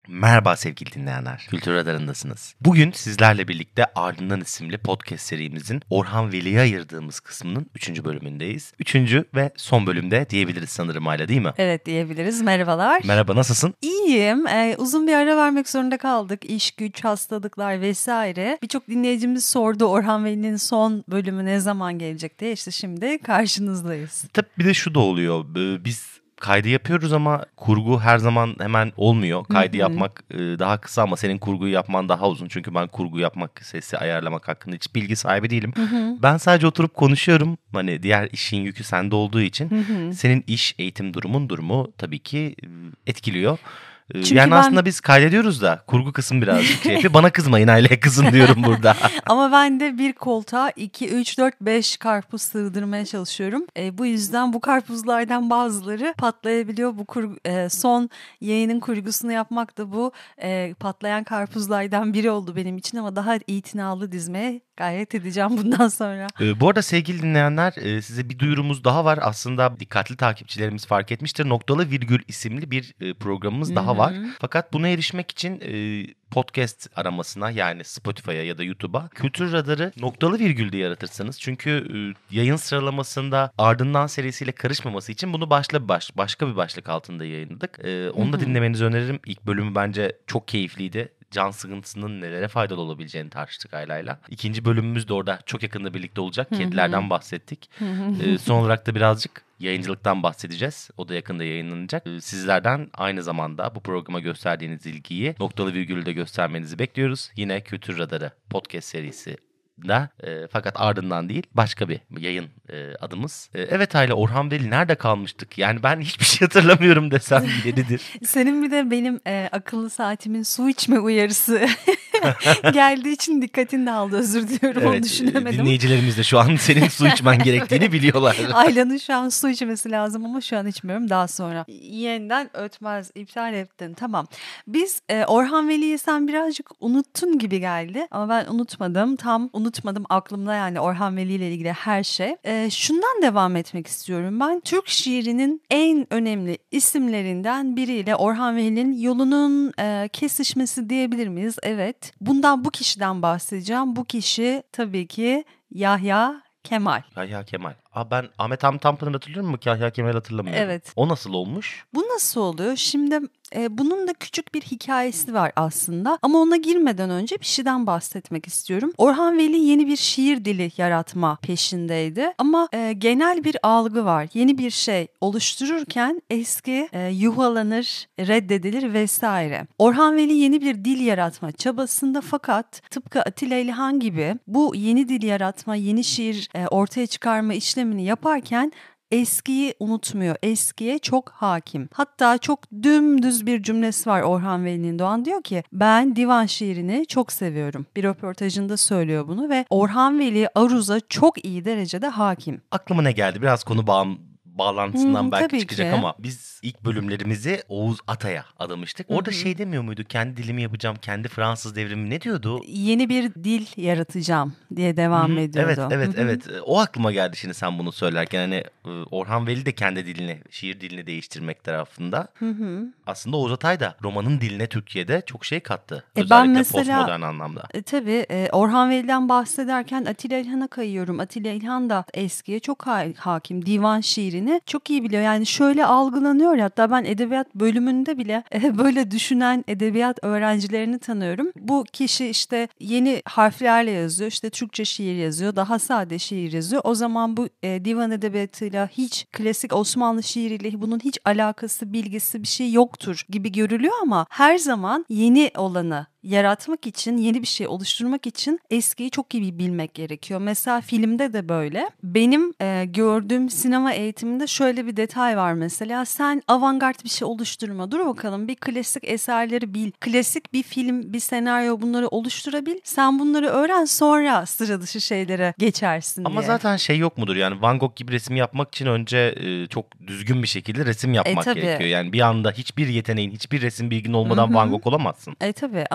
Merhaba sevgili dinleyenler, Kültür Radarı'ndasınız. Bugün sizlerle birlikte Ardından isimli podcast serimizin Orhan Veli'ye ayırdığımız kısmının 3. bölümündeyiz. 3. ve son bölümde diyebiliriz sanırım Ayla, değil mi? Evet diyebiliriz. Merhabalar. Merhaba, nasılsın? İyiyim. Uzun bir ara vermek zorunda kaldık. İş, güç, hastalıklar vesaire. Birçok dinleyicimiz sordu Orhan Veli'nin son bölümü ne zaman gelecek diye. İşte şimdi karşınızdayız. Tabii bir de şu da oluyor. Biz kaydı yapıyoruz ama kurgu her zaman hemen olmuyor. Kaydı yapmak daha kısa ama senin kurguyu yapman daha uzun. Çünkü ben kurgu yapmak, sesi ayarlamak hakkında hiç bilgi sahibi değilim. Ben sadece oturup konuşuyorum. Hani diğer işin yükü sende olduğu için senin iş, eğitim durumu tabii ki etkiliyor. Çünkü yani aslında biz kaydediyoruz da kurgu kısmı birazcık şey yapıyor. Bana kızmayın, aileye kızın diyorum burada. Ama ben de bir koltuğa 2, 3, 4, 5 karpuz sığdırmaya çalışıyorum. Bu yüzden bu karpuzlardan bazıları patlayabiliyor. Bu son yayının kurgusunu yapmak da bu patlayan karpuzlardan biri oldu benim için. Ama daha itinalı dizmeye gayret edeceğim bundan sonra. Bu arada sevgili dinleyenler, size bir duyurumuz daha var. Aslında dikkatli takipçilerimiz fark etmiştir. Noktalı Virgül isimli bir programımız daha var. Fakat buna erişmek için podcast aramasına, yani Spotify'a ya da YouTube'a Kültür Radarı noktalı virgül diye yaratırsanız. Çünkü yayın sıralamasında Ardından serisiyle karışmaması için bunu başka bir başlık altında yayınladık. Onu da dinlemenizi öneririm. İlk bölümü bence çok keyifliydi. Can sıkıntısının nelere faydalı olabileceğini tartıştık Ayla'yla. İkinci bölümümüz de orada çok yakında birlikte olacak. Kedilerden bahsettik. Son olarak da birazcık yayıncılıktan bahsedeceğiz. O da yakında yayınlanacak. Sizlerden aynı zamanda bu programa gösterdiğiniz ilgiyi noktalı virgülü de göstermenizi bekliyoruz. Yine Kültür Radarı podcast serisi da fakat ardından değil, başka bir yayın adımız. Evet Ayla, Orhan Veli nerede kalmıştık? Yani ben hiçbir şey hatırlamıyorum desem yeridir. Senin bir de benim akıllı saatimin su içme uyarısı geldiği için dikkatini de aldı. Özür diliyorum, onu düşünemedim. Dinleyicilerimiz de şu an senin su içmen gerektiğini biliyorlar. Ayla'nın şu an su içmesi lazım ama şu an içmiyorum, daha sonra. Yeniden ötmez, iptal ettin, tamam. Biz Orhan Veli'yi sen birazcık unuttun gibi geldi ama ben unutmadım. Tam unutmadım, aklımda yani Orhan Veli ile ilgili her şey. Şundan devam etmek istiyorum ben. Türk şiirinin en önemli isimlerinden biriyle Orhan Veli'nin yolunun kesişmesi diyebilir miyiz? Evet. Bu kişiden bahsedeceğim. Bu kişi tabii ki Yahya Kemal. Yahya Kemal. Ben Ahmet Hamdi Tanpınar'ı hatırlıyorum mu? Yahya Kemal hatırlamıyorum. Evet. O nasıl olmuş? Bu nasıl oluyor? Şimdi bunun da küçük bir hikayesi var aslında. Ama ona girmeden önce bir şeyden bahsetmek istiyorum. Orhan Veli yeni bir şiir dili yaratma peşindeydi. Ama genel bir algı var. Yeni bir şey oluştururken eski yuhalanır, reddedilir vesaire. Orhan Veli yeni bir dil yaratma çabasında, fakat tıpkı Atilla İlhan gibi bu yeni dil yaratma, yeni şiir ortaya çıkarma işlemini yaparken eskiyi unutmuyor. Eskiye çok hakim. Hatta çok dümdüz bir cümlesi var Orhan Veli'nin. Doğan diyor ki, ben divan şiirini çok seviyorum. Bir röportajında söylüyor bunu ve Orhan Veli aruz'a çok iyi derecede hakim. Aklıma ne geldi? Biraz konu bağlantısından belki çıkacak ki. ama biz ilk bölümlerimizi Oğuz Atay'a adamıştık. Orada şey demiyor muydu? Kendi dilimi yapacağım, kendi Fransız devrimi, ne diyordu? Yeni bir dil yaratacağım diye devam ediyordu. Evet. O aklıma geldi şimdi sen bunu söylerken. Hani Orhan Veli de kendi dilini, şiir dilini değiştirmek tarafında. Aslında Oğuz Atay da romanın diline Türkiye'de çok şey kattı. Özellikle postmodern anlamda. Tabii Orhan Veli'den bahsederken Atilla İlhan'a kayıyorum. Atilla İlhan da eskiye çok hakim. Divan şiirini çok iyi biliyor. Yani şöyle algılanıyor ya, hatta ben edebiyat bölümünde bile böyle düşünen edebiyat öğrencilerini tanıyorum. Bu kişi işte yeni harflerle yazıyor. İşte Türkçe şiir yazıyor. Daha sade şiir yazıyor. O zaman bu divan edebiyatıyla, hiç klasik Osmanlı şiiriyle bunun hiç alakası, bilgisi bir şey yoktur gibi görülüyor ama her zaman yeni olanı yaratmak için, yeni bir şey oluşturmak için eskiyi çok iyi bilmek gerekiyor. Mesela filmde de böyle. Benim gördüğüm sinema eğitiminde şöyle bir detay var mesela. Sen avantgard bir şey oluşturma. Dur bakalım, bir klasik eserleri bil. Klasik bir film, bir senaryo, bunları oluşturabil. Sen bunları öğren, sonra sıra dışı şeylere geçersin Ama diye. zaten şey yok mudur? Yani Van Gogh gibi resim yapmak için önce çok düzgün bir şekilde resim yapmak gerekiyor. Yani bir anda hiçbir yeteneğin, hiçbir resim bilgin olmadan Van Gogh olamazsın. Tabii ama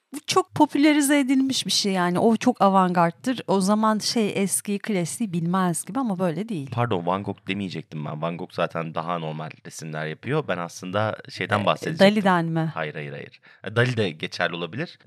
Bu çok popülerize edilmiş bir şey yani. O çok avantgardtır. O zaman eski klasiği bilmez gibi ama böyle değil. Pardon, Van Gogh demeyecektim ben. Van Gogh zaten daha normal resimler yapıyor. Ben aslında şeyden bahsedecektim. Dali'den mi? Hayır. Dali de geçerli olabilir.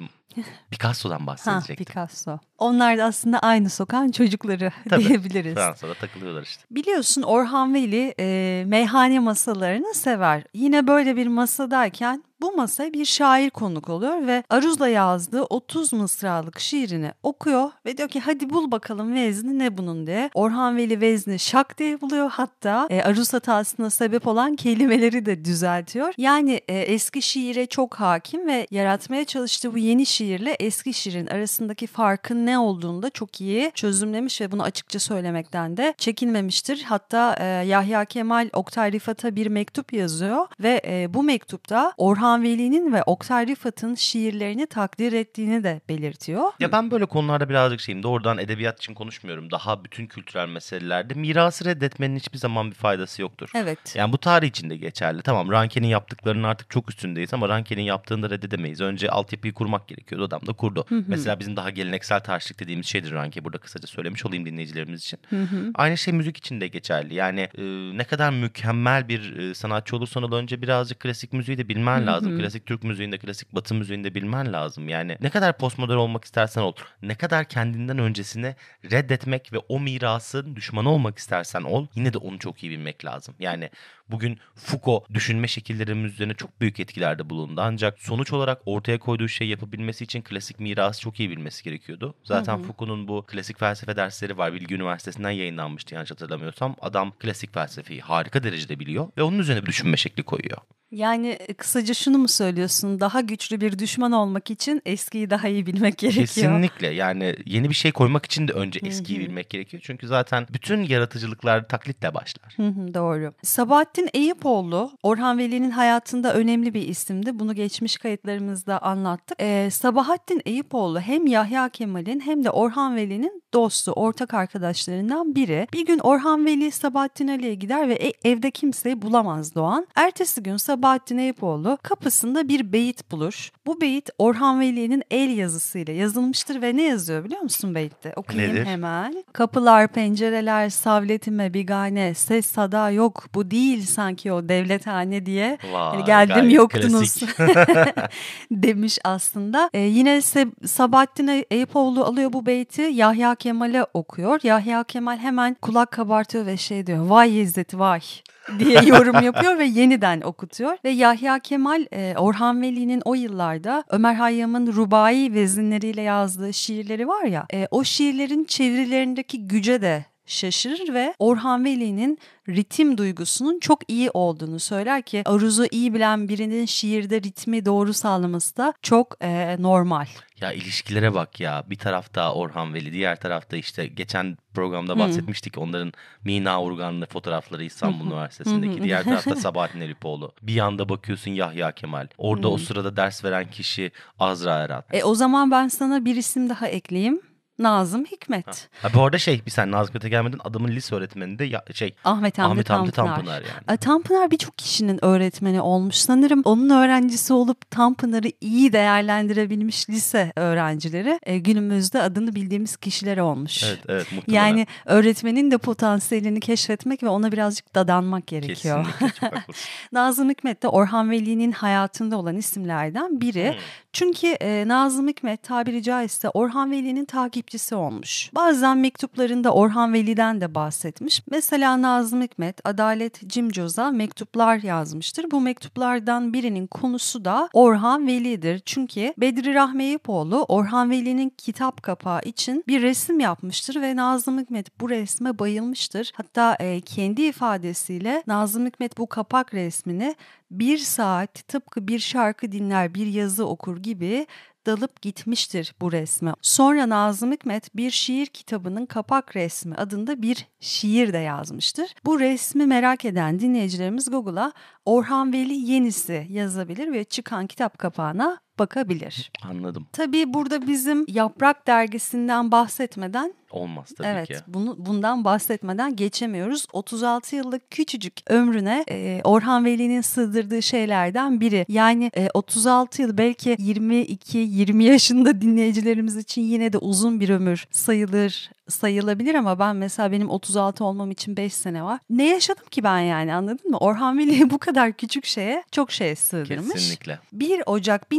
Picasso'dan bahsedecektim. Picasso. Onlar da aslında aynı sokağın çocukları Tabii, diyebiliriz. Fransa'da takılıyorlar işte. Biliyorsun Orhan Veli meyhane masalarını sever. Yine böyle bir masadayken bu masaya bir şair konuk oluyor ve aruzla yazdığı 30 mısralık şiirini okuyor ve diyor ki hadi bul bakalım vezni ne bunun diye. Orhan Veli vezni şak diye buluyor, hatta aruz hatasına sebep olan kelimeleri de düzeltiyor. Yani eski şiire çok hakim ve yaratmaya çalıştığı bu yeni şiirle eski şiirin arasındaki farkın ne olduğunu da çok iyi çözümlemiş ve bunu açıkça söylemekten de çekinmemiştir. Hatta Yahya Kemal Oktay Rıfat'a bir mektup yazıyor ve bu mektupta Orhan Veli'nin ve Oktay Rıfat'ın şiirlerini takdir ettiğini de belirtiyor. Ya ben böyle konularda birazcık doğrudan edebiyat için konuşmuyorum. Daha bütün kültürel meselelerde mirası reddetmenin hiçbir zaman bir faydası yoktur. Evet. Yani bu tarih için de geçerli. Tamam, Ranke'nin yaptıklarının artık çok üstündeyiz ama Ranke'nin yaptığını da reddedemeyiz. Önce altyapıyı kurmak gerekiyordu. Adam da kurdu. Mesela bizim daha geleneksel tarihçilik dediğimiz şeydir Ranke. Burada kısaca söylemiş olayım dinleyicilerimiz için. Aynı şey müzik için de geçerli. Yani ne kadar mükemmel bir sanatçı olursan ol önce birazcık klasik müziği de bilmen lazım. Klasik Türk müziğinde, klasik Batı müziğinde bilmen lazım. Yani ne kadar postmodern olmak istersen ol, ne kadar kendinden öncesini reddetmek ve o mirasın düşmanı olmak istersen ol, yine de onu çok iyi bilmek lazım. Yani bugün Foucault düşünme şekillerimiz üzerine çok büyük etkilerde bulundu. Ancak sonuç olarak ortaya koyduğu şey yapabilmesi için klasik mirası çok iyi bilmesi gerekiyordu. Zaten Foucault'un bu klasik felsefe dersleri var. Bilgi Üniversitesi'nden yayınlanmıştı yanlış hatırlamıyorsam. Adam klasik felsefeyi harika derecede biliyor ve onun üzerine bir düşünme şekli koyuyor. Yani kısaca şunu mu söylüyorsun? Daha güçlü bir düşman olmak için eskiyi daha iyi bilmek gerekiyor. Kesinlikle. Yani yeni bir şey koymak için de önce eskiyi bilmek gerekiyor. Çünkü zaten bütün yaratıcılıklar taklitle başlar. Doğru. Sabahattin Eyüpoğlu, Orhan Veli'nin hayatında önemli bir isimdi. Bunu geçmiş kayıtlarımızda anlattık. Sabahattin Eyüpoğlu hem Yahya Kemal'in hem de Orhan Veli'nin dostu, ortak arkadaşlarından biri. Bir gün Orhan Veli Sabahattin Ali'ye gider ve evde kimseyi bulamaz Doğan. Ertesi gün Sabahattin Eyüpoğlu kapısında bir beyit bulur. Bu beyit Orhan Veli'nin el yazısıyla yazılmıştır ve ne yazıyor biliyor musun beyitte? Okuyayım Nedir? hemen. Kapılar, pencereler, savletime bigane, ses sada yok, bu değil sanki o devlethane diye. Vay, hani geldim gayet yoktunuz klasik. demiş aslında. Yine Sabahattin Eyüpoğlu alıyor bu beyti, Yahya Kemal'e okuyor. Yahya Kemal hemen kulak kabartıyor ve diyor, vay İzzet vay diye yorum yapıyor ve yeniden okutuyor. Ve Yahya Kemal Orhan Veli'nin o yıllarda Ömer Hayyam'ın rubai vezinleriyle yazdığı şiirleri var ya, o şiirlerin çevirilerindeki güce de şaşırır ve Orhan Veli'nin ritim duygusunun çok iyi olduğunu söyler ki aruzu iyi bilen birinin şiirde ritmi doğru sağlaması da çok normal. Ya ilişkilere bak ya. Bir tarafta Orhan Veli, diğer tarafta işte geçen programda bahsetmiştik onların Mina Urganlı fotoğrafları İstanbul Üniversitesi'ndeki. Diğer tarafta Sabahattin Eyüpoğlu. Bir yanda bakıyorsun Yahya Kemal. Orada o sırada ders veren kişi Azra Erat. O zaman ben sana bir isim daha ekleyeyim. Nazım Hikmet. Bu arada sen Nazım Hikmet'e gelmeden adamın lise öğretmeni de Ahmet Hamdi Tanpınar yani. Tanpınar birçok kişinin öğretmeni olmuş. Sanırım onun öğrencisi olup Tanpınar'ı iyi değerlendirebilmiş lise öğrencileri günümüzde adını bildiğimiz kişiler olmuş. Evet muhtemelen. Yani öğretmenin de potansiyelini keşfetmek ve ona birazcık dadanmak gerekiyor. Kesinlikle çok haklısın. Nazım Hikmet de Orhan Veli'nin hayatında olan isimlerden biri. Çünkü Nazım Hikmet tabiri caizse Orhan Veli'nin takipçisi olmuş. Bazen mektuplarında Orhan Veli'den de bahsetmiş. Mesela Nazım Hikmet Adalet Cimcoz'a mektuplar yazmıştır. Bu mektuplardan birinin konusu da Orhan Veli'dir. Çünkü Bedri Rahmi Eyüpoğlu Orhan Veli'nin kitap kapağı için bir resim yapmıştır ve Nazım Hikmet bu resme bayılmıştır. Hatta kendi ifadesiyle Nazım Hikmet bu kapak resmini 1 saat tıpkı bir şarkı dinler, bir yazı okur gibi dalıp gitmiştir bu resme. Sonra Nazım Hikmet bir şiir kitabının kapak resmi adında bir şiir de yazmıştır. Bu resmi merak eden dinleyicilerimiz Google'a Orhan Veli yenisi yazabilir ve çıkan kitap kapağına bakabilir. Anladım. Tabii burada bizim Yaprak Dergisi'nden bahsetmeden Olmaz tabii ki. Evet, bundan bahsetmeden geçemiyoruz. 36 yıllık küçücük ömrüne Orhan Veli'nin sığdırdığı şeylerden biri. Yani 36 yıl, belki 22-20 yaşında dinleyicilerimiz için yine de uzun bir ömür sayılabilir ama ben mesela, benim 36 olmam için 5 sene var. Ne yaşadım ki ben, yani anladın mı? Orhan Veli bu kadar küçük şeye çok şey sığdırmış. Kesinlikle. 1 Ocak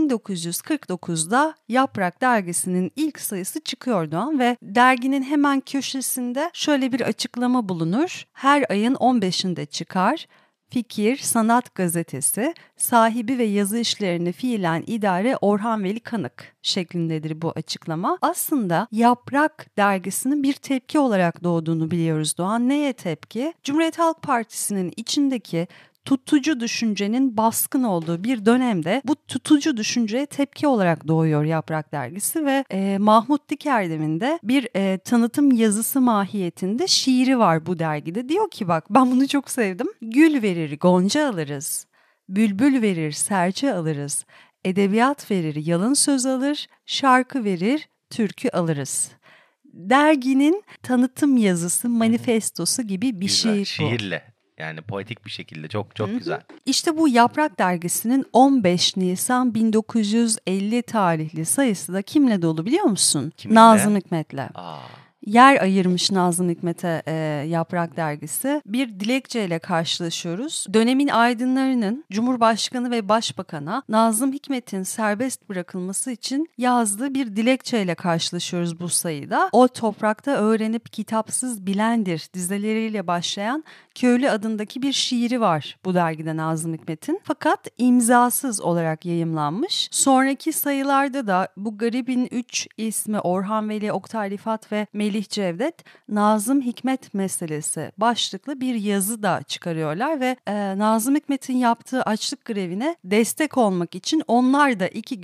1949'da Yaprak Dergisi'nin ilk sayısı çıkıyor Doğan ve derginin hemen köşesinde şöyle bir açıklama bulunur. Her ayın 15'inde çıkar. Fikir, Sanat Gazetesi, sahibi ve yazı işlerini fiilen idare Orhan Veli Kanık şeklindedir bu açıklama. Aslında Yaprak Dergisi'nin bir tepki olarak doğduğunu biliyoruz Doğan. Neye tepki? Cumhuriyet Halk Partisi'nin içindeki tutucu düşüncenin baskın olduğu bir dönemde bu tutucu düşünceye tepki olarak doğuyor Yaprak Dergisi ve Mahmut Dikerdem'in de bir tanıtım yazısı mahiyetinde şiiri var bu dergide. Diyor ki, bak ben bunu çok sevdim. Gül verir gonca alırız, bülbül verir serçe alırız, edebiyat verir yalın söz alır, şarkı verir türkü alırız. Derginin tanıtım yazısı, manifestosu gibi bir Güzel, şiir bu. şiirle. Yani poetik bir şekilde çok güzel. İşte bu Yaprak Dergisi'nin 15 Nisan 1950 tarihli sayısı da kimle dolu biliyor musun? Kiminle? Nazım Hikmet'le. Aa. Yer ayırmış Nazım Hikmet'e Yaprak Dergisi. Bir dilekçeyle karşılaşıyoruz. Dönemin aydınlarının Cumhurbaşkanı ve Başbakan'a Nazım Hikmet'in serbest bırakılması için yazdığı bir dilekçeyle karşılaşıyoruz bu sayıda. O toprakta öğrenip kitapsız bilendir dizeleriyle başlayan Köylü adındaki bir şiiri var bu dergide Nazım Hikmet'in. Fakat imzasız olarak yayımlanmış. Sonraki sayılarda da bu garibin 3 ismi Orhan Veli, Oktay Rifat ve Melih Cevdet, Nazım Hikmet meselesi başlıklı bir yazı da çıkarıyorlar ve Nazım Hikmet'in yaptığı açlık grevine destek olmak için onlar da 2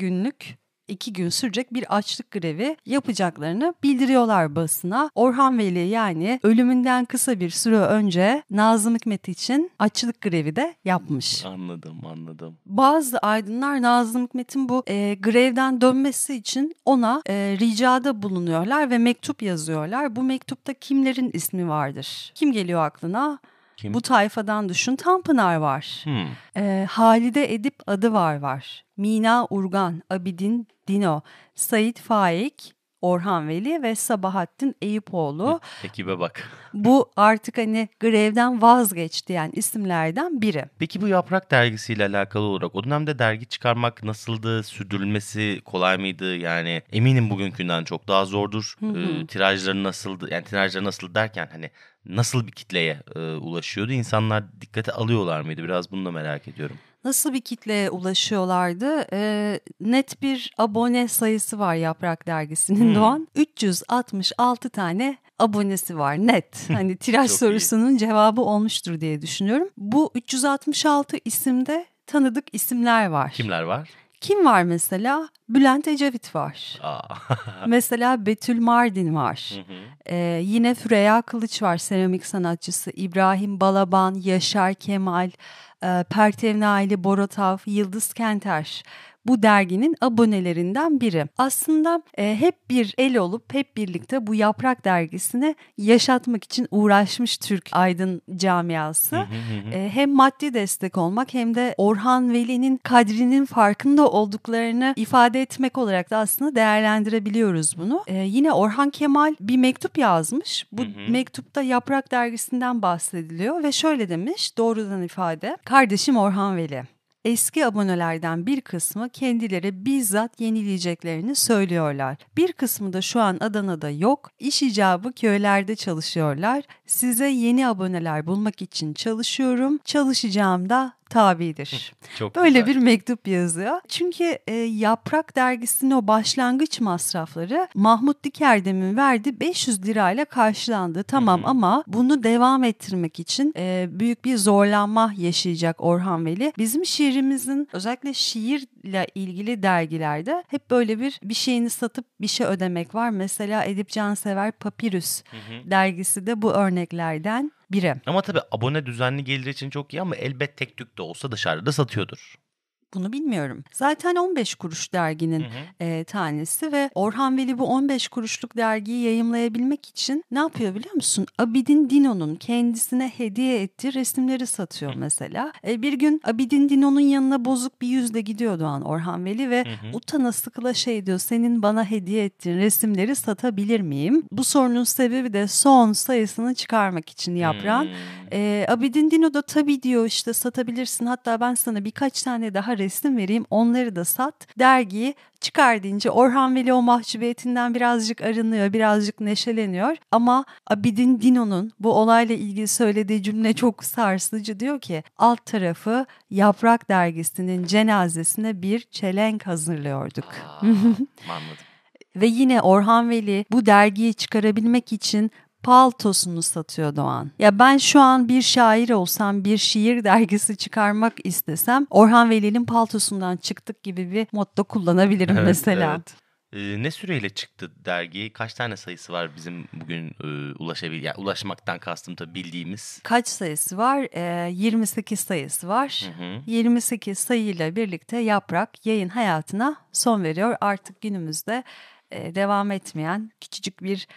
gün sürecek bir açlık grevi yapacaklarını bildiriyorlar basına. Orhan Veli yani ölümünden kısa bir süre önce Nazım Hikmet için açlık grevi de yapmış. Anladım. Bazı aydınlar Nazım Hikmet'in bu grevden dönmesi için ona ricada bulunuyorlar ve mektup yazıyorlar. Bu mektupta kimlerin ismi vardır? Kim geliyor aklına? Kim? Bu tayfadan düşün. Tanpınar var. Halide Edip adı var. Mina Urgan, Abidin Dino, Sait Faik, Orhan Veli ve Sabahattin Eyüpoğlu. Ekibe bak. Bu artık hani grevden vazgeç diyen isimlerden biri. Peki bu Yaprak Dergisi ile alakalı olarak o dönemde dergi çıkarmak nasıldı? Sürdürülmesi kolay mıydı? Yani eminim bugünkünden çok daha zordur. Tirajları nasıldı? Yani tirajları nasıl derken hani nasıl bir kitleye ulaşıyordu? İnsanlar dikkate alıyorlar mıydı? Biraz bunu da merak ediyorum. Nasıl bir kitleye ulaşıyorlardı? Net bir abone sayısı var Yaprak Dergisi'nin Doğan. 366 tane abonesi var net. Hani tiraj sorusunun cevabı olmuştur diye düşünüyorum. Bu 366 isimde tanıdık isimler var. Kimler var? Kim var mesela? Bülent Ecevit var. Mesela Betül Mardin var. Yine Süreyya Kılıç var, seramik sanatçısı. İbrahim Balaban, Yaşar Kemal, Pertev Naili Borotav, Yıldız Kenter. Bu derginin abonelerinden biri. Aslında hep bir el olup hep birlikte bu Yaprak Dergisi'ni yaşatmak için uğraşmış Türk aydın camiası. Hem maddi destek olmak hem de Orhan Veli'nin kadrinin farkında olduklarını ifade etmek olarak da aslında değerlendirebiliyoruz bunu. Yine Orhan Kemal bir mektup yazmış. Bu mektupta Yaprak Dergisi'nden bahsediliyor ve şöyle demiş, doğrudan ifade: Kardeşim Orhan Veli, eski abonelerden bir kısmı kendileri bizzat yenileyeceklerini söylüyorlar. Bir kısmı da şu an Adana'da yok. İş icabı köylerde çalışıyorlar. Size yeni aboneler bulmak için çalışıyorum. Çalışacağım da tabidir. Çok böyle güzel. bir mektup yazıyor. Çünkü Yaprak Dergisi'nin o başlangıç masrafları Mahmut Dikerdem'in verdiği 500 lirayla karşılandı. Tamam ama bunu devam ettirmek için büyük bir zorlanma yaşayacak Orhan Veli. Bizim şiirimizin, özellikle şiirle ilgili dergilerde hep böyle bir şeyini satıp bir şey ödemek var. Mesela Edip Cansever Papirüs dergisi de bu örneklerden biri. Ama tabii abone düzenli gelir için çok iyi ama elbet tek tük de olsa dışarıda satıyordur. Bunu bilmiyorum. Zaten 15 kuruş derginin tanesi ve Orhan Veli bu 15 kuruşluk dergiyi yayımlayabilmek için ne yapıyor biliyor musun? Abidin Dino'nun kendisine hediye ettiği resimleri satıyor mesela. Bir gün Abidin Dino'nun yanına bozuk bir yüzle gidiyor Doğan Orhan Veli ve utana sıkıla şey diyor, senin bana hediye ettiğin resimleri satabilir miyim? Bu sorunun sebebi de son sayısını çıkarmak için Yaprağın. Abidin Dino da tabii diyor, işte satabilirsin, hatta ben sana birkaç tane daha resim vereyim, onları da sat. Dergiyi çıkar deyince Orhan Veli o mahcubiyetinden birazcık arınıyor, birazcık neşeleniyor. Ama Abidin Dino'nun bu olayla ilgili söylediği cümle çok sarsıcı. Diyor ki alt tarafı Yaprak dergisinin cenazesine bir çelenk hazırlıyorduk. Anladım. Ve yine Orhan Veli bu dergiyi çıkarabilmek için paltosunu satıyor Doğan. Ya ben şu an bir şair olsam, bir şiir dergisi çıkarmak istesem Orhan Veli'nin paltosundan çıktık gibi bir motto kullanabilirim mesela. Evet. Ne süreyle çıktı dergi? Kaç tane sayısı var bizim bugün ulaşmaktan kastım tabii bildiğimiz? Kaç sayısı var? 28 sayısı var. 28 sayıyla birlikte Yaprak yayın hayatına son veriyor. Artık günümüzde devam etmeyen küçücük bir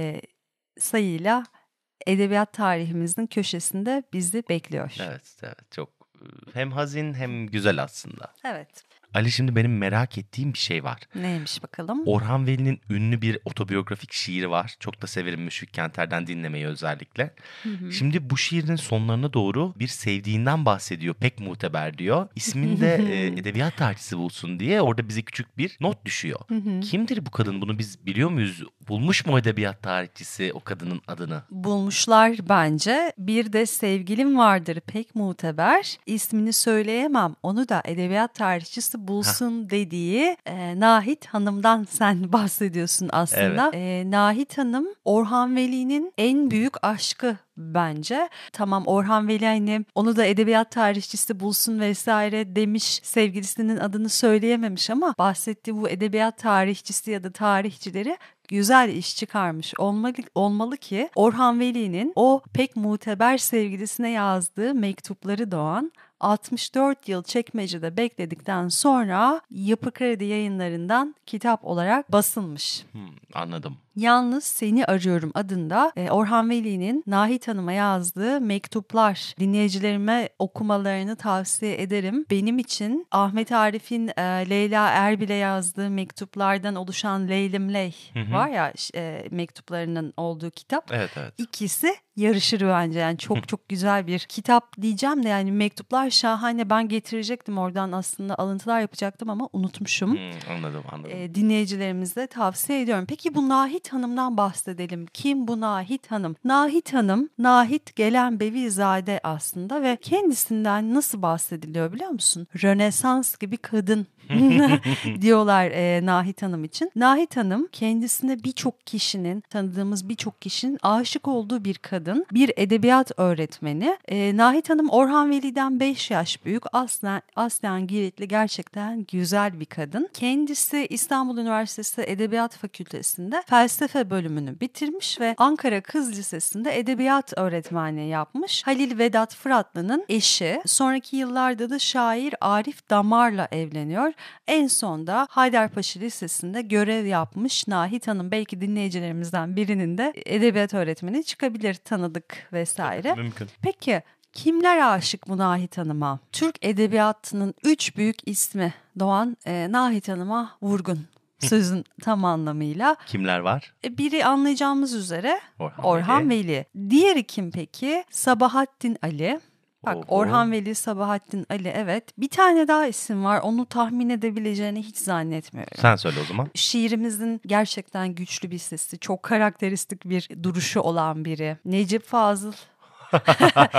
sayıyla edebiyat tarihimizin köşesinde bizi bekliyor. Evet, çok hem hazin hem güzel aslında. Evet. Ali, şimdi benim merak ettiğim bir şey var. Neymiş bakalım? Orhan Veli'nin ünlü bir otobiyografik şiiri var. Çok da severim Müşfik Kenter'den dinlemeyi özellikle. Şimdi bu şiirin sonlarına doğru bir sevdiğinden bahsediyor. Pek muteber diyor. İsmini de edebiyat tarihçisi bulsun diye orada bize küçük bir not düşüyor. Kimdir bu kadın? Bunu biz biliyor muyuz? Bulmuş mu edebiyat tarihçisi o kadının adını? Bulmuşlar bence. Bir de sevgilim vardır pek muteber. İsmini söyleyemem. Onu da edebiyat tarihçisi bulsun dediği Nahit Hanım'dan sen bahsediyorsun aslında. Evet. Nahit Hanım Orhan Veli'nin en büyük aşkı bence. Tamam, Orhan Veli hani onu da edebiyat tarihçisi bulsun vesaire demiş, sevgilisinin adını söyleyememiş ama bahsettiği bu edebiyat tarihçisi ya da tarihçileri güzel iş çıkarmış olmalı ki Orhan Veli'nin o pek muteber sevgilisine yazdığı mektupları Doğan 64 yıl çekmecede bekledikten sonra Yapı Kredi Yayınları'ndan kitap olarak basılmış. Anladım. Yalnız Seni Arıyorum adında Orhan Veli'nin Nahit Hanım'a yazdığı mektuplar, dinleyicilerime okumalarını tavsiye ederim. Benim için Ahmet Arif'in Leyla Erbil'e yazdığı mektuplardan oluşan Leylim Ley var ya, mektuplarının olduğu kitap. Evet. İkisi yarışır bence, yani çok güzel bir kitap diyeceğim de yani mektuplar şahane. Ben getirecektim oradan aslında, alıntılar yapacaktım ama unutmuşum. Anladım. Dinleyicilerimize tavsiye ediyorum. Peki bu Nahit Hanım'dan bahsedelim. Kim bu Nahit Hanım? Nahit Hanım, Nahit Gelenbevizade aslında ve kendisinden nasıl bahsediliyor biliyor musun? Rönesans gibi kadın diyorlar Nahit Hanım için. Nahit Hanım kendisine tanıdığımız birçok kişinin aşık olduğu bir kadın, bir edebiyat öğretmeni. Nahit Hanım Orhan Veli'den 5 yaş büyük, aslen Giritli, gerçekten güzel bir kadın. Kendisi İstanbul Üniversitesi Edebiyat Fakültesi'nde felsefe bölümünü bitirmiş ve Ankara Kız Lisesi'nde edebiyat öğretmenliği yapmış. Halil Vedat Fıratlı'nın eşi. Sonraki yıllarda da şair Arif Damar'la evleniyor. En son da Haydarpaşa Lisesi'nde görev yapmış Nahit Hanım. Belki dinleyicilerimizden birinin de edebiyat öğretmeni çıkabilir, tanıdık vesaire. Mümkün. Peki kimler aşık bu Nahit Hanım'a? Türk edebiyatının 3 büyük ismi Doğan Nahit Hanım'a vurgun. Sözün tam anlamıyla. Kimler var? Biri anlayacağımız üzere Orhan Veli. Diğeri kim peki? Sabahattin Ali. Bak, Orhan Veli, Sabahattin Ali, evet. Bir tane daha isim var. Onu tahmin edebileceğini hiç zannetmiyorum. Sen söyle o zaman. Şiirimizin gerçekten güçlü bir sesi, çok karakteristik bir duruşu olan biri. Necip Fazıl.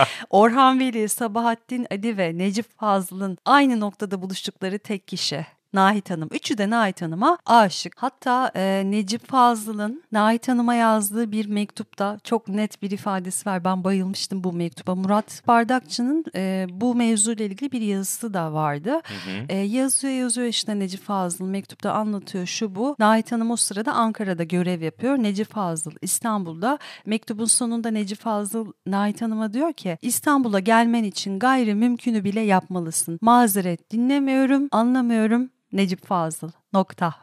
Orhan Veli, Sabahattin Ali ve Necip Fazıl'ın aynı noktada buluştukları tek kişi. Nahit Hanım. Üçü de Nahit Hanım'a aşık. Hatta Necip Fazıl'ın Nahit Hanım'a yazdığı bir mektupta çok net bir ifadesi var. Ben bayılmıştım bu mektuba. Murat Bardakçı'nın bu mevzuyla ilgili bir yazısı da vardı. Yazıyor işte Necip Fazıl mektupta anlatıyor şu bu. Nahit Hanım o sırada Ankara'da görev yapıyor. Necip Fazıl İstanbul'da. Mektubun sonunda Necip Fazıl Nahit Hanım'a diyor ki İstanbul'a gelmen için gayrimümkünü bile yapmalısın. Mazeret dinlemiyorum, anlamıyorum. Necip Fazıl. Nokta.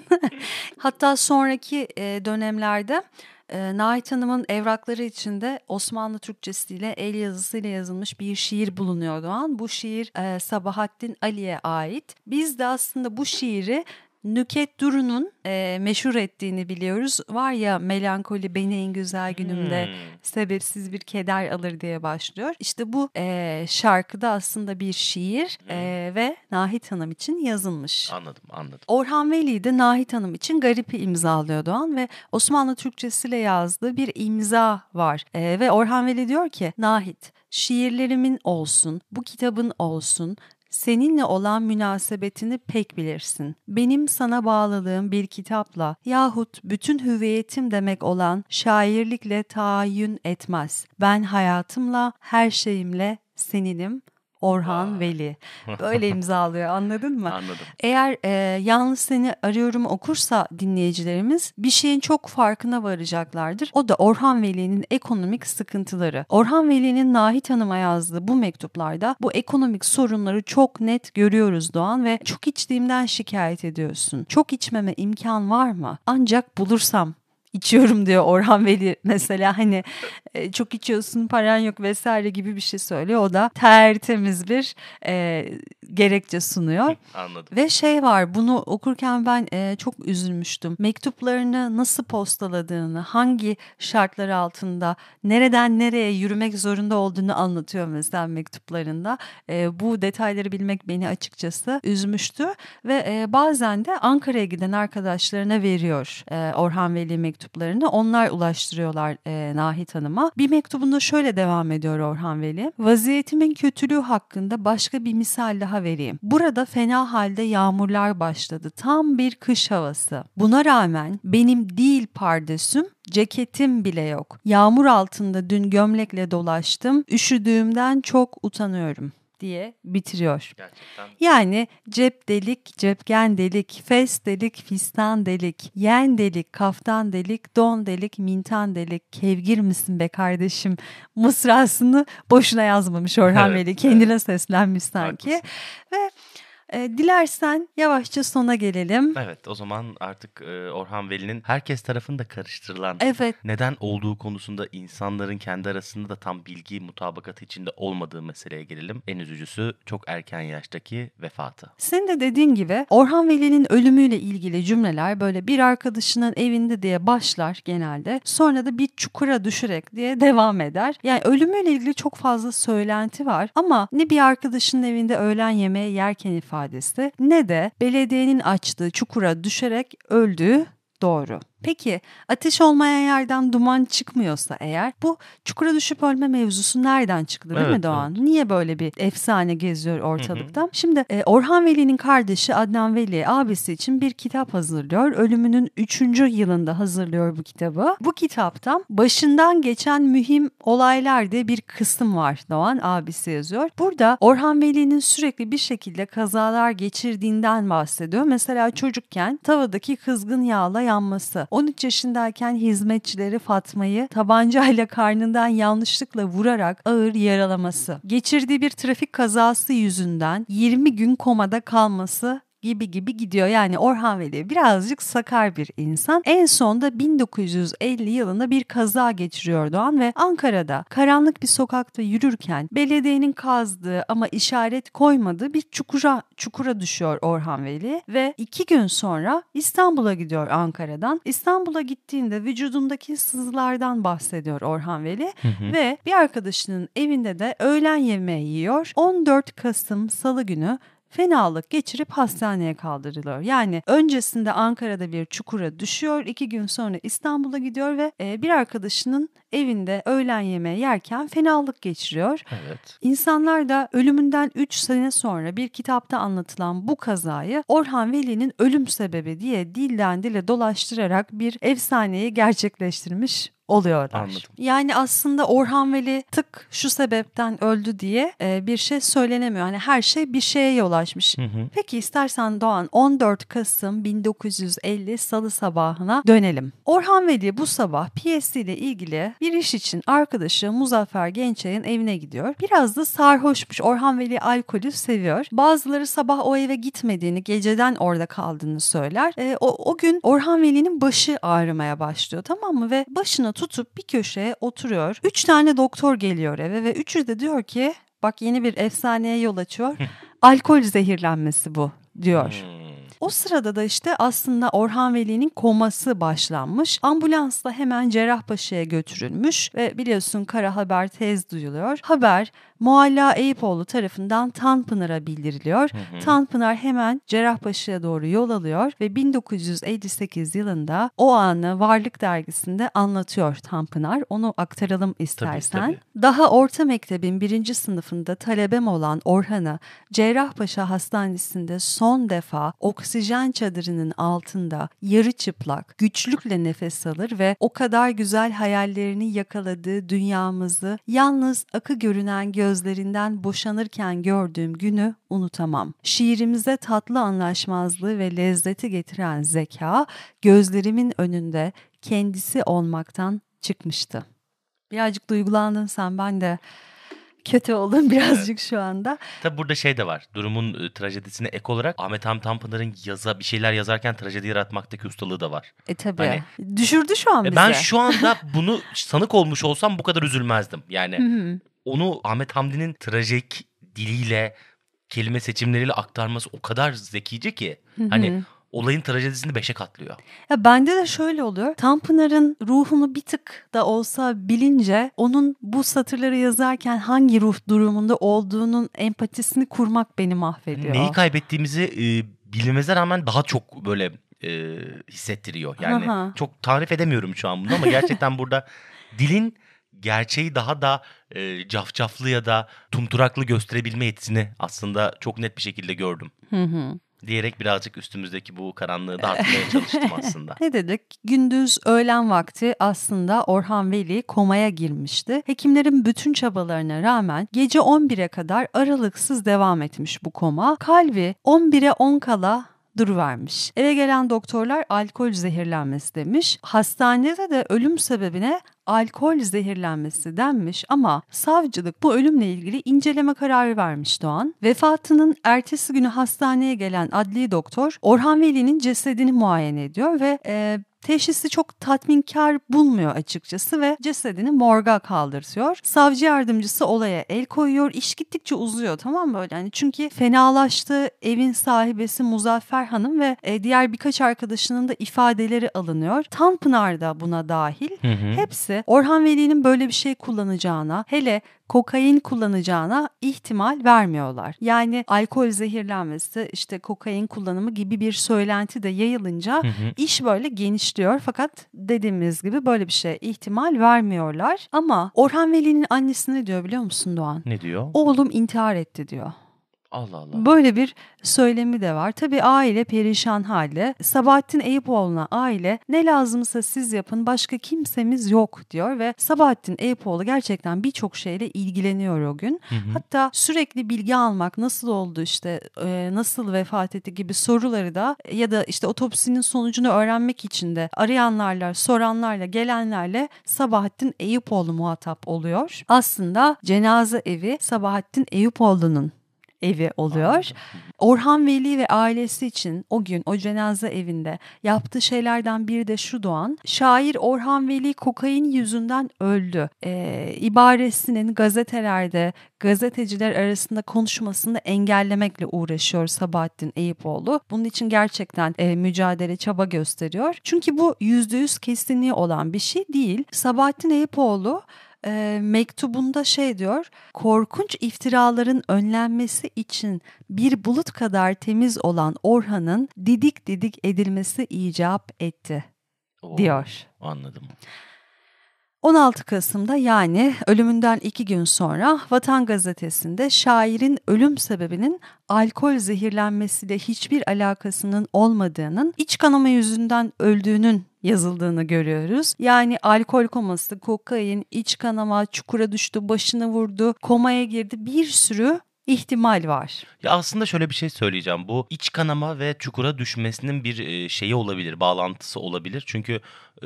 Hatta sonraki dönemlerde Nahit Hanım'ın evrakları içinde Osmanlı Türkçesiyle el yazısıyla yazılmış bir şiir bulunuyor Doğan. Bu şiir Sabahattin Ali'ye ait. Biz de aslında bu şiiri Nüket Duru'nun meşhur ettiğini biliyoruz. Var ya melankoli beni en güzel günümde sebepsiz bir keder alır diye başlıyor. İşte bu şarkıda aslında bir şiir ve Nahit Hanım için yazılmış. Anladım. Orhan Veli de Nahit Hanım için Garip'i imzalıyor Doğan ve Osmanlı Türkçesiyle yazdığı bir imza var. Ve Orhan Veli diyor ki Nahit şiirlerimin olsun, bu kitabın olsun, seninle olan münasebetini pek bilirsin. Benim sana bağlılığım bir kitapla yahut bütün hüviyetim demek olan şairlikle tahayyün etmez. Ben hayatımla, her şeyimle seninim. Orhan Veli. Böyle imzalıyor, anladın mı? Anladım. Eğer Yalnız Seni Arıyorum okursa dinleyicilerimiz bir şeyin çok farkına varacaklardır. O da Orhan Veli'nin ekonomik sıkıntıları. Orhan Veli'nin Nahit Hanım'a yazdığı bu mektuplarda bu ekonomik sorunları çok net görüyoruz Doğan ve çok içtiğimden şikayet ediyorsun. Çok içmeme imkan var mı? Ancak bulursam İçiyorum diyor Orhan Veli mesela hani çok içiyorsun paran yok vesaire gibi bir şey söylüyor. O da tertemiz bir gerekçe sunuyor. Anladım. Ve şey var bunu okurken ben çok üzülmüştüm. Mektuplarını nasıl postaladığını, hangi şartlar altında, nereden nereye yürümek zorunda olduğunu anlatıyor mesela mektuplarında. Bu detayları bilmek beni açıkçası üzmüştü ve bazen de Ankara'ya giden arkadaşlarına veriyor Orhan Veli mektuplarını. Onlar ulaştırıyorlar Nahit Hanım'a. Bir mektubunda şöyle devam ediyor Orhan Veli. Vaziyetimin kötülüğü hakkında başka bir misal daha vereyim. Burada fena halde yağmurlar başladı. Tam bir kış havası. Buna rağmen benim değil pardesüm, ceketim bile yok. Yağmur altında dün gömlekle dolaştım. Üşüdüğümden çok utanıyorum diye bitiriyor. Gerçekten. Yani cep delik, cepken delik, fes delik, fistan delik, yen delik, kaftan delik, don delik, mintan delik, kevgir misin be kardeşim mısrasını boşuna yazmamış Orhan Veli. Kendine seslenmiş sanki. Haklısın. Ve dilersen yavaşça sona gelelim. Evet, o zaman artık Orhan Veli'nin herkes tarafında karıştırılan Evet. neden olduğu konusunda insanların kendi arasında da tam bilgi mutabakatı içinde olmadığı meseleye gelelim. En üzücüsü çok erken yaştaki vefatı. Senin de dediğin gibi Orhan Veli'nin ölümüyle ilgili cümleler böyle bir arkadaşının evinde diye başlar genelde. Sonra da bir çukura düşerek diye devam eder. Yani ölümüyle ilgili çok fazla söylenti var ama ne bir arkadaşının evinde öğlen yemeği yerken ifadesi ne de belediyenin açtığı çukura düşerek öldüğü doğru. Peki ateş olmayan yerden duman çıkmıyorsa eğer bu çukura düşüp ölme mevzusu nereden çıktı değil mi Doğan? Evet. Niye böyle bir efsane geziyor ortalıkta? Hı-hı. Şimdi Orhan Veli'nin kardeşi Adnan Veli abisi için bir kitap hazırlıyor. Ölümünün 3. yılında hazırlıyor bu kitabı. Bu kitapta başından geçen mühim olaylar diye bir kısım var Doğan abisi yazıyor. Burada Orhan Veli'nin sürekli bir şekilde kazalar geçirdiğinden bahsediyor. Mesela çocukken tavadaki kızgın yağla yanması. 13 yaşındayken hizmetçileri Fatma'yı tabancayla karnından yanlışlıkla vurarak ağır yaralaması. Geçirdiği bir trafik kazası yüzünden 20 gün komada kalması gibi gidiyor. Yani Orhan Veli birazcık sakar bir insan. En sonunda 1950 yılında bir kaza geçiriyor Doğan ve Ankara'da karanlık bir sokakta yürürken belediyenin kazdığı ama işaret koymadığı bir çukura düşüyor Orhan Veli ve 2 gün sonra İstanbul'a gidiyor Ankara'dan. İstanbul'a gittiğinde vücudundaki sızılardan bahsediyor Orhan Veli ve bir arkadaşının evinde de öğlen yemeği yiyor. 14 Kasım Salı günü fenalık geçirip hastaneye kaldırılıyor. Yani öncesinde Ankara'da bir çukura düşüyor, 2 gün sonra İstanbul'a gidiyor ve bir arkadaşının evinde öğlen yemeği yerken fenalık geçiriyor. Evet. İnsanlar da ölümünden 3 sene sonra bir kitapta anlatılan bu kazayı Orhan Veli'nin ölüm sebebi diye dilden dile dolaştırarak bir efsaneyi gerçekleştirmiş oluyorlar. Anladım. Yani aslında Orhan Veli tık şu sebepten öldü diye bir şey söylenemiyor. Hani her şey bir şeye yol açmış. Peki istersen Doğan 14 Kasım 1950 Salı sabahına dönelim. Orhan Veli bu sabah piyesiyle ilgili bir iş için arkadaşı Muzaffer Gençay'ın evine gidiyor. Biraz da sarhoşmuş. Orhan Veli alkolü seviyor. Bazıları sabah o eve gitmediğini, geceden orada kaldığını söyler. O gün Orhan Veli'nin başı ağrımaya başlıyor, tamam mı? Ve başına tutup bir köşeye oturuyor. 3 tane doktor geliyor eve ve üçü de diyor ki bak yeni bir efsaneye yol açıyor. Alkol zehirlenmesi bu diyor. O sırada da işte aslında Orhan Veli'nin koması başlanmış. Ambulansla hemen Cerrahpaşa'ya götürülmüş ve biliyorsun kara haber tez duyuluyor. Haber Mualla Eyüpoğlu tarafından Tanpınar'a bildiriliyor. Tanpınar hemen Cerrahpaşa'ya doğru yol alıyor ve 1958 yılında o anı Varlık Dergisi'nde anlatıyor Tanpınar. Onu aktaralım istersen. Tabii. Daha orta mektebin 1. sınıfında talebem olan Orhan'ı Cerrahpaşa Hastanesi'nde son defa oksijen çadırının altında yarı çıplak, güçlükle nefes alır ve o kadar güzel hayallerini yakaladığı dünyamızı yalnız akı görünen gözlerinden boşanırken gördüğüm günü unutamam. Şiirimize tatlı anlaşmazlığı ve lezzeti getiren zeka gözlerimin önünde kendisi olmaktan çıkmıştı. Birazcık duygulandın sen, ben de kötü oldum birazcık şu anda. Tabi burada şey de var. Durumun trajedisine ek olarak Ahmet Hamdi Tanpınar'ın bir şeyler yazarken trajedi yaratmaktaki ustalığı da var. Tabii. Hani, düşürdü şu an bizi. Ben şu anda bunu sanık olmuş olsam bu kadar üzülmezdim. Yani onu Ahmet Hamdi'nin trajik diliyle, kelime seçimleriyle aktarması o kadar zekice ki. Hani olayın trajedisini 5'e katlıyor. Ya bende de şöyle oluyor. Tanpınar'ın ruhunu bir tık da olsa bilince onun bu satırları yazarken hangi ruh durumunda olduğunun empatisini kurmak beni mahvediyor. Neyi kaybettiğimizi bilmemize rağmen daha çok böyle hissettiriyor. Yani çok tarif edemiyorum şu an bunu ama gerçekten burada dilin gerçeği daha da cafcaflı ya da tumturaklı gösterebilme yetisini aslında çok net bir şekilde gördüm. Diyerek birazcık üstümüzdeki bu karanlığı dağıtmaya çalıştım aslında. Ne dedik? Gündüz öğlen vakti aslında Orhan Veli komaya girmişti. Hekimlerin bütün çabalarına rağmen gece 11'e kadar aralıksız devam etmiş bu koma. Kalbi 11'e 10 kala duruvermiş. Eve gelen doktorlar alkol zehirlenmesi demiş. Hastanede de ölüm sebebine alkol zehirlenmesi denmiş ama savcılık bu ölümle ilgili inceleme kararı vermiş Doğan. Vefatının ertesi günü hastaneye gelen adli doktor Orhan Veli'nin cesedini muayene ediyor ve teşhisi çok tatminkar bulmuyor açıkçası ve cesedini morga kaldırtıyor. Savcı yardımcısı olaya el koyuyor. İş gittikçe uzuyor, tamam mı? Yani çünkü fenalaştı, evin sahibesi Muzaffer Hanım ve diğer birkaç arkadaşının da ifadeleri alınıyor. Tanpınar da buna dahil. Hepsi Orhan Veli'nin böyle bir şey kullanacağına, hele kokain kullanacağına ihtimal vermiyorlar. Yani alkol zehirlenmesi, işte kokain kullanımı gibi bir söylenti de yayılınca iş böyle genişliyor. Fakat dediğimiz gibi böyle bir şeye ihtimal vermiyorlar. Ama Orhan Veli'nin annesi ne diyor biliyor musun Doğan? Ne diyor? Oğlum intihar etti diyor. Allah Allah. Böyle bir söylemi de var. Tabii aile perişan halde. Sabahattin Eyüpoğlu'na aile ne lazımsa siz yapın, başka kimsemiz yok diyor ve Sabahattin Eyüpoğlu gerçekten birçok şeyle ilgileniyor o gün. Hatta sürekli bilgi almak, nasıl oldu işte nasıl vefat etti gibi soruları da ya da işte otopsinin sonucunu öğrenmek için de arayanlarla, soranlarla, gelenlerle Sabahattin Eyüpoğlu muhatap oluyor. Aslında cenaze evi Sabahattin Eyüpoğlu'nun evi oluyor. Anladım. Orhan Veli ve ailesi için o gün o cenaze evinde yaptığı şeylerden biri de şu Doğan. Şair Orhan Veli kokain yüzünden öldü. İbaresinin gazetelerde gazeteciler arasında konuşmasını engellemekle uğraşıyor Sabahattin Eyüpoğlu. Bunun için gerçekten mücadele, çaba gösteriyor. Çünkü bu %100 kesinliği olan bir şey değil. Sabahattin Eyüpoğlu mektubunda şey diyor, korkunç iftiraların önlenmesi için bir bulut kadar temiz olan Orhan'ın didik didik edilmesi icap etti diyor. Anladım. 16 Kasım'da yani ölümünden 2 gün sonra Vatan Gazetesi'nde şairin ölüm sebebinin alkol zehirlenmesiyle hiçbir alakasının olmadığının, iç kanama yüzünden öldüğünün yazıldığını görüyoruz. Yani alkol koması, kokain, iç kanama, çukura düştü, başını vurdu, komaya girdi, bir sürü ihtimal var. Ya aslında şöyle bir şey söyleyeceğim. Bu iç kanama ve çukura düşmesinin bir şeyi olabilir, bağlantısı olabilir. Çünkü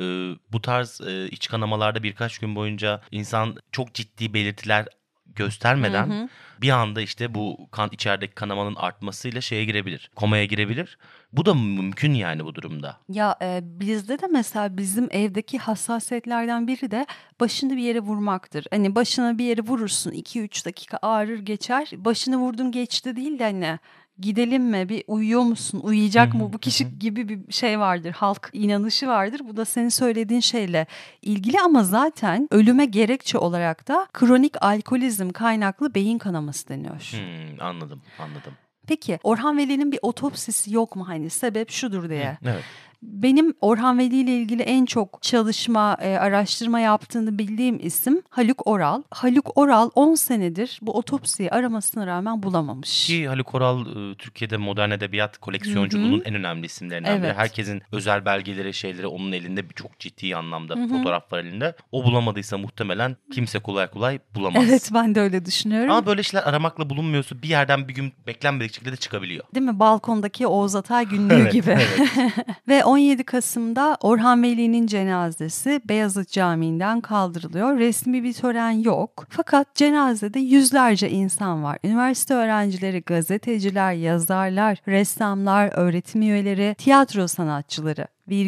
bu tarz iç kanamalarda birkaç gün boyunca insan çok ciddi belirtiler göstermeden bir anda işte bu içerideki kanamanın artmasıyla şeye girebilir, komaya girebilir. Bu da mümkün yani bu durumda. Ya bizde de mesela bizim evdeki hassasiyetlerden biri de başını bir yere vurmaktır. Hani başına bir yere vurursun, 2-3 dakika ağrır geçer. Başını vurdun geçti değil de hani gidelim mi, bir uyuyor musun, uyuyacak mı bu kişi gibi bir şey vardır. Halk inanışı vardır. Bu da senin söylediğin şeyle ilgili ama zaten ölüme gerekçe olarak da kronik alkolizm kaynaklı beyin kanaması deniyor. Anladım. Peki Orhan Veli'nin bir otopsisi yok mu, hani sebep şudur diye? Evet. Benim Orhan Veli ile ilgili en çok çalışma, araştırma yaptığını bildiğim isim Haluk Oral. Haluk Oral 10 senedir bu otopsiyi aramasına rağmen bulamamış. Ki Haluk Oral Türkiye'de modern edebiyat koleksiyonculuğunun en önemli isimlerinden biri. Evet. Herkesin özel belgeleri, şeyleri onun elinde, çok ciddi anlamda fotoğraf var elinde. O bulamadıysa muhtemelen kimse kolay kolay bulamaz. Evet, ben de öyle düşünüyorum. Ama böyle şeyler aramakla bulunmuyorsa bir yerden bir gün beklenmedik şekilde de çıkabiliyor. Değil mi? Balkondaki Oğuz Atay günlüğü gibi. Evet. Ve 17 Kasım'da Orhan Veli'nin cenazesi Beyazıt Camii'nden kaldırılıyor. Resmi bir tören yok. Fakat cenazede yüzlerce insan var. Üniversite öğrencileri, gazeteciler, yazarlar, ressamlar, öğretim üyeleri, tiyatro sanatçıları,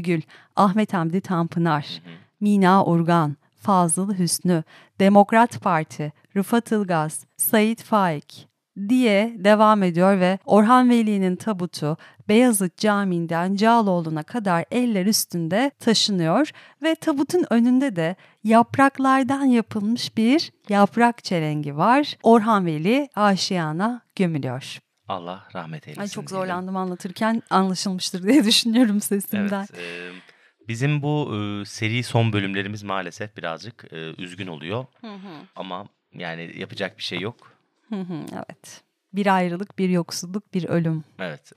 Ahmet Hamdi Tanpınar, Mina Urgan, Fazıl Hüsnü, Demokrat Parti, Rıfat Ilgaz, Sait Faik diye devam ediyor ve Orhan Veli'nin tabutu Beyazıt Camii'nden Cağaloğlu'na kadar eller üstünde taşınıyor ve tabutun önünde de yapraklardan yapılmış bir yaprak çelengi var. Orhan Veli aşiyana gömülüyor. Allah rahmet eylesin. Ay, çok zorlandım anlatırken, anlaşılmıştır diye düşünüyorum sesimden. Evet. Bizim bu seri son bölümlerimiz maalesef birazcık üzgün oluyor. Ama yani yapacak bir şey yok. Evet. Bir ayrılık, bir yoksulluk, bir ölüm. Evet.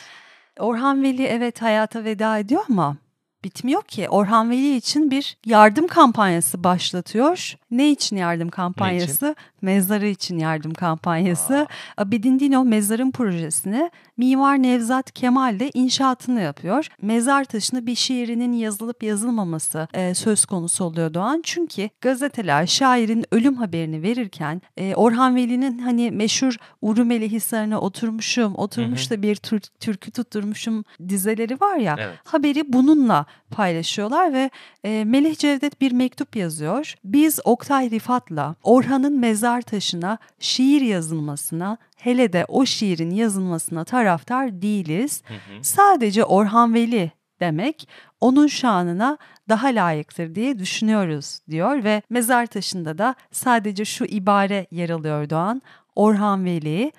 Orhan Veli evet hayata veda ediyor ama bitmiyor ki. Orhan Veli için bir yardım kampanyası başlatıyor. Ne için yardım kampanyası? Ne için? Mezarı için yardım kampanyası. Abidin Dino mezarın projesini Mimar Nevzat Kemal de inşaatını yapıyor. Mezar taşına bir şiirinin yazılıp yazılmaması söz konusu oluyor Doğan. Çünkü gazeteler şairin ölüm haberini verirken Orhan Veli'nin hani meşhur Urumeli Hisarı'na oturmuş da bir türkü tutturmuşum dizeleri var ya. Evet. Haberi bununla paylaşıyorlar ve Melih Cevdet bir mektup yazıyor. Biz Oktay Rifat'la Orhan'ın mezar taşına şiir yazılmasına, hele de o şiirin yazılmasına taraftar değiliz. Sadece Orhan Veli demek onun şanına daha layıktır diye düşünüyoruz diyor ve mezar taşında da sadece şu ibare yer alıyor Doğan. Orhan Veli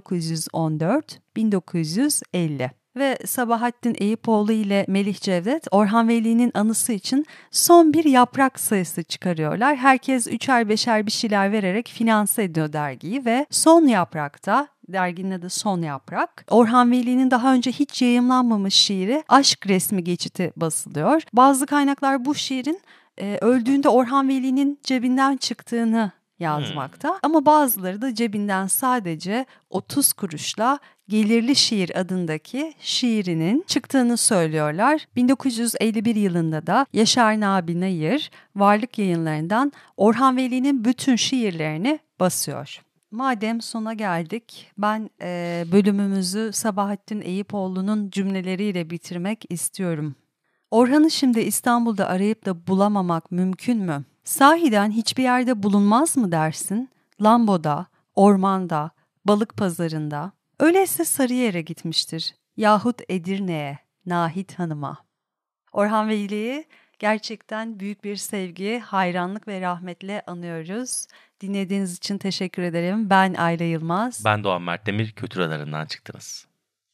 1914-1950. Ve Sabahattin Eyüpoğlu ile Melih Cevdet Orhan Veli'nin anısı için son bir yaprak sayısı çıkarıyorlar. Herkes 3'er 5'er bir şeyler vererek finanse ediyor dergiyi ve son yaprakta, derginin adı Son Yaprak, Orhan Veli'nin daha önce hiç yayımlanmamış şiiri Aşk Resmi Geçiti basılıyor. Bazı kaynaklar bu şiirin öldüğünde Orhan Veli'nin cebinden çıktığını yazmakta. Ama bazıları da cebinden sadece 30 kuruşla Gelirli Şiir adındaki şiirinin çıktığını söylüyorlar. 1951 yılında da Yaşar Nabi Nayır Varlık Yayınları'ndan Orhan Veli'nin bütün şiirlerini basıyor. Madem sona geldik, ben bölümümüzü Sabahattin Eyüpoğlu'nun cümleleriyle bitirmek istiyorum. Orhan'ı şimdi İstanbul'da arayıp da bulamamak mümkün mü? Sahiden hiçbir yerde bulunmaz mı dersin? Lambo'da, ormanda, balık pazarında. Öyleyse Sarıyer'e gitmiştir. Yahut Edirne'ye, Nahit Hanım'a. Orhan Veli'yi gerçekten büyük bir sevgi, hayranlık ve rahmetle anıyoruz. Dinlediğiniz için teşekkür ederim. Ben Ayla Yılmaz. Ben Doğan Mert Demir, Kültür Radarı'ndan çıktınız.